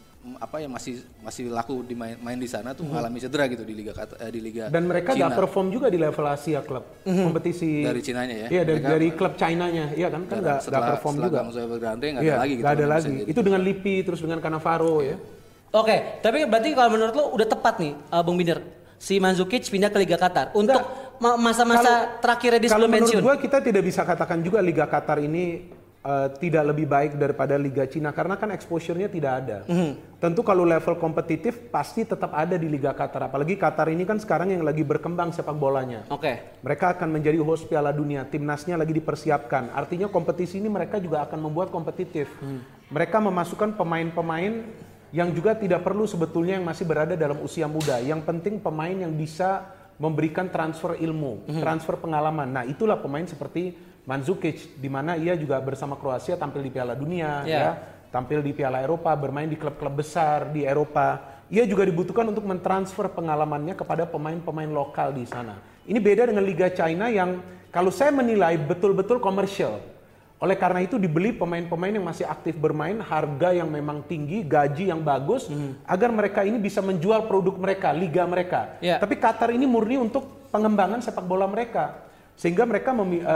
yang masih laku main di sana tuh mengalami cedera gitu di Liga dan mereka nggak perform juga di level Asia klub kompetisi dari Cinanya ya. Iya dari klub Chinanya, iya kan nggak perform juga. Nggak ada lagi gitu. Nggak ada lagi. Itu dengan Lippi terus dengan Cannavaro ya. Oke, tapi berarti kalau menurut lo udah tepat nih Bung Binder si Mandzukic pindah ke Liga Qatar untuk masa-masa terakhirnya di sebelum pensiun. Kalau menurut gue kita tidak bisa katakan juga Liga Qatar ini tidak lebih baik daripada Liga Cina karena kan exposure-nya tidak ada. Tentu kalau level kompetitif pasti tetap ada di Liga Qatar. Apalagi Qatar ini kan sekarang yang lagi berkembang sepak bolanya. Mereka akan menjadi host Piala Dunia, timnasnya lagi dipersiapkan. Artinya kompetisi ini mereka juga akan membuat kompetitif. Mereka memasukkan pemain-pemain yang juga tidak perlu sebetulnya yang masih berada dalam usia muda. Yang penting pemain yang bisa memberikan transfer ilmu, transfer pengalaman. Nah, itulah pemain seperti Mandzukic, di mana ia juga bersama Kroasia tampil di Piala Dunia, ya, tampil di Piala Eropa, bermain di klub-klub besar di Eropa. Ia juga dibutuhkan untuk mentransfer pengalamannya kepada pemain-pemain lokal di sana. Ini beda dengan Liga China yang kalau saya menilai betul-betul komersial. Oleh karena itu dibeli pemain-pemain yang masih aktif bermain, harga yang memang tinggi, gaji yang bagus, agar mereka ini bisa menjual produk mereka, liga mereka. Tapi Qatar ini murni untuk pengembangan sepak bola mereka. Sehingga mereka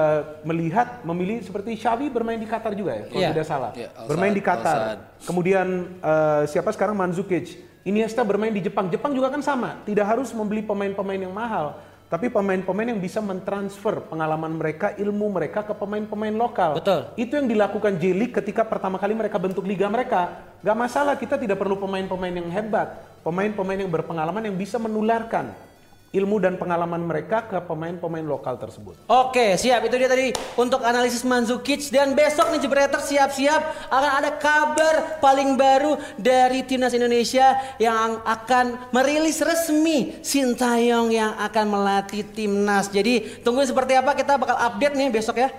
memilih seperti Xavi bermain di Qatar juga ya, kalau tidak salah. Bermain di Qatar. Kemudian siapa sekarang Mandzukic. Iniesta bermain di Jepang. Jepang juga kan sama, tidak harus membeli pemain-pemain yang mahal. Tapi pemain-pemain yang bisa mentransfer pengalaman mereka, ilmu mereka ke pemain-pemain lokal. Itu yang dilakukan J-League ketika pertama kali mereka bentuk liga mereka. Gak masalah, kita tidak perlu pemain-pemain yang hebat. Pemain-pemain yang berpengalaman yang bisa menularkan ilmu dan pengalaman mereka ke pemain-pemain lokal tersebut. Oke, siap. Itu dia tadi untuk analisis Mandzukic. Dan besok nih Jebreters siap-siap akan ada kabar paling baru dari Timnas Indonesia yang akan merilis resmi Sintayong yang akan melatih Timnas. Jadi tungguin seperti apa, kita bakal update nih besok ya.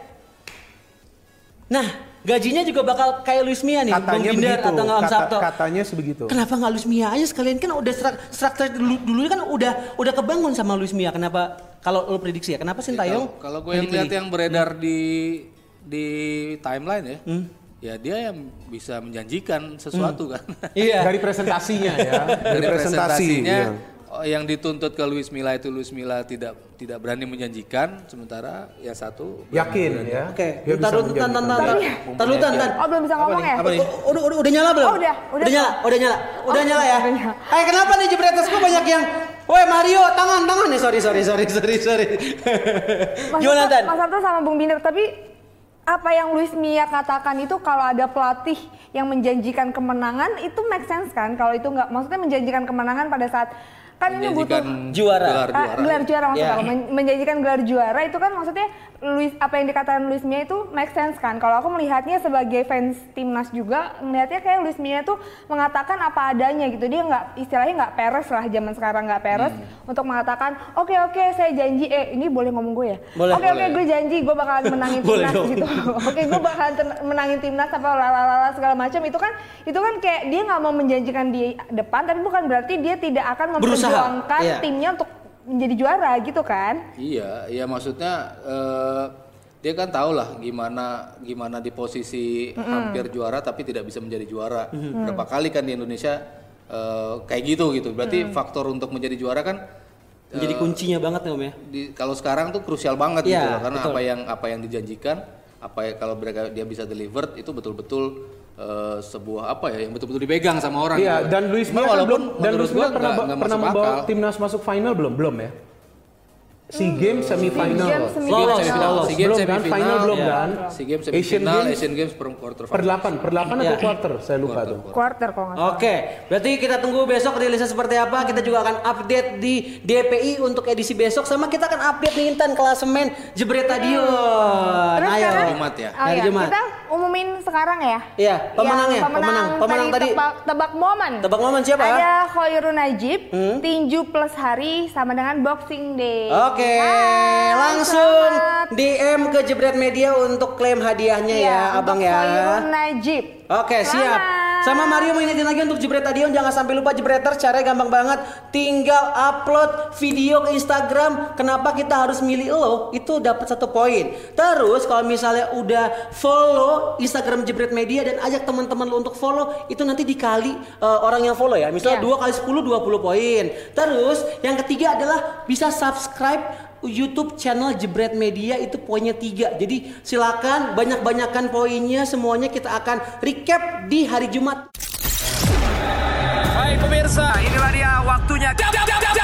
Nah, gajinya juga bakal kayak Luis Mia nih, Bang Binder atau nggak Om Sabto. Katanya sebegitu. Kenapa nggak Luis Mia aja sekalian, kan udah struktur dulu kan udah kebangun sama Luis Mia. Kenapa kalau lo prediksi ya? Kenapa Sintayong? Kalau gue yang lihat yang beredar di timeline ya, ya dia yang bisa menjanjikan sesuatu kan. Iya. Dari presentasinya ya. Dari presentasinya. Yang dituntut ke Luis Milla itu Luis Milla tidak berani menjanjikan, sementara ya satu yakin ya. Oke. Taruh. Oh, belum bisa ngomong ya? Udah nyala belum? Oh, udah nyala. Udah nyala ya. Kenapa nih Jebreters, kok banyak yang woi Mario, tangan nih. Sorry. Gimana Tan? Mas Sabto sama Bung Binder, tapi apa yang Luis Mia katakan itu kalau ada pelatih yang menjanjikan kemenangan itu make sense kan? Kalau itu nggak, maksudnya menjanjikan kemenangan pada saat kan ini butuh gelar juara maksudnya. Kalau menjanjikan gelar juara itu kan maksudnya apa yang dikatakan Luis Mia itu make sense kan. Kalau aku melihatnya sebagai fans timnas juga, melihatnya kayak Luis Mia itu mengatakan apa adanya gitu. Dia istilahnya nggak peres lah, zaman sekarang nggak peres untuk mengatakan oke saya janji, ini boleh ngomong gue ya? Oke gue janji gue bakalan menangin timnas gitu. Oke gue bakalan menangin timnas apa lalala segala macam. Itu kan kayak dia nggak mau menjanjikan di depan, tapi bukan berarti dia tidak akan memperjuangkan timnya untuk menjadi juara gitu kan? Iya maksudnya dia kan tahu lah gimana di posisi hampir juara tapi tidak bisa menjadi juara. Berapa kali kan di Indonesia kayak gitu. Berarti faktor untuk menjadi juara kan menjadi kuncinya banget nih Om ya. Kalau sekarang tuh krusial banget gitu loh, karena apa yang dijanjikan, kalau dia bisa delivered itu betul-betul sebuah yang betul-betul dipegang sama orang. Iya, dan Luis Mia pernah membawa timnas masuk final belum ya? SEA Games semifinal. SEA Games final belum kan? SEA Games semifinal, Asian Games quarter final. Per 8 atau quarter? Saya lupa tuh. Quarter kalau nggak salah. Oke, berarti kita tunggu besok rilisnya seperti apa. Kita juga akan update di DPI untuk edisi besok, sama kita akan update nih Intan klasemen Jebretadion. Terus ayo. Jumat ya. Hari Jumat. Kita umumin sekarang ya. Iya, pemenangnya. Pemenang tadi. Tebak momen. Tebak momen siapa? Ada Khairul Najib, tinju plus hari sama dengan Boxing Day. Oke, langsung DM ke Jebret Media untuk klaim hadiahnya ya, Abang ya. Khairul Najib. Oke, siap. Sama Mario mengingetin lagi untuk Jebretadion, jangan sampai lupa Jebreters, caranya gampang banget. Tinggal upload video ke Instagram. Kenapa kita harus milih lo? Itu dapat 1 poin. Terus kalau misalnya udah follow Instagram Jebret Media dan ajak teman-teman lo untuk follow, itu nanti dikali orang yang follow ya. Misalnya 2 kali 10 20 poin. Terus yang ketiga adalah bisa subscribe YouTube channel Jebret Media, itu poinnya 3. Jadi silakan banyak-banyakan poinnya, semuanya kita akan recap di hari Jumat. Baik pemirsa, inilah dia waktunya.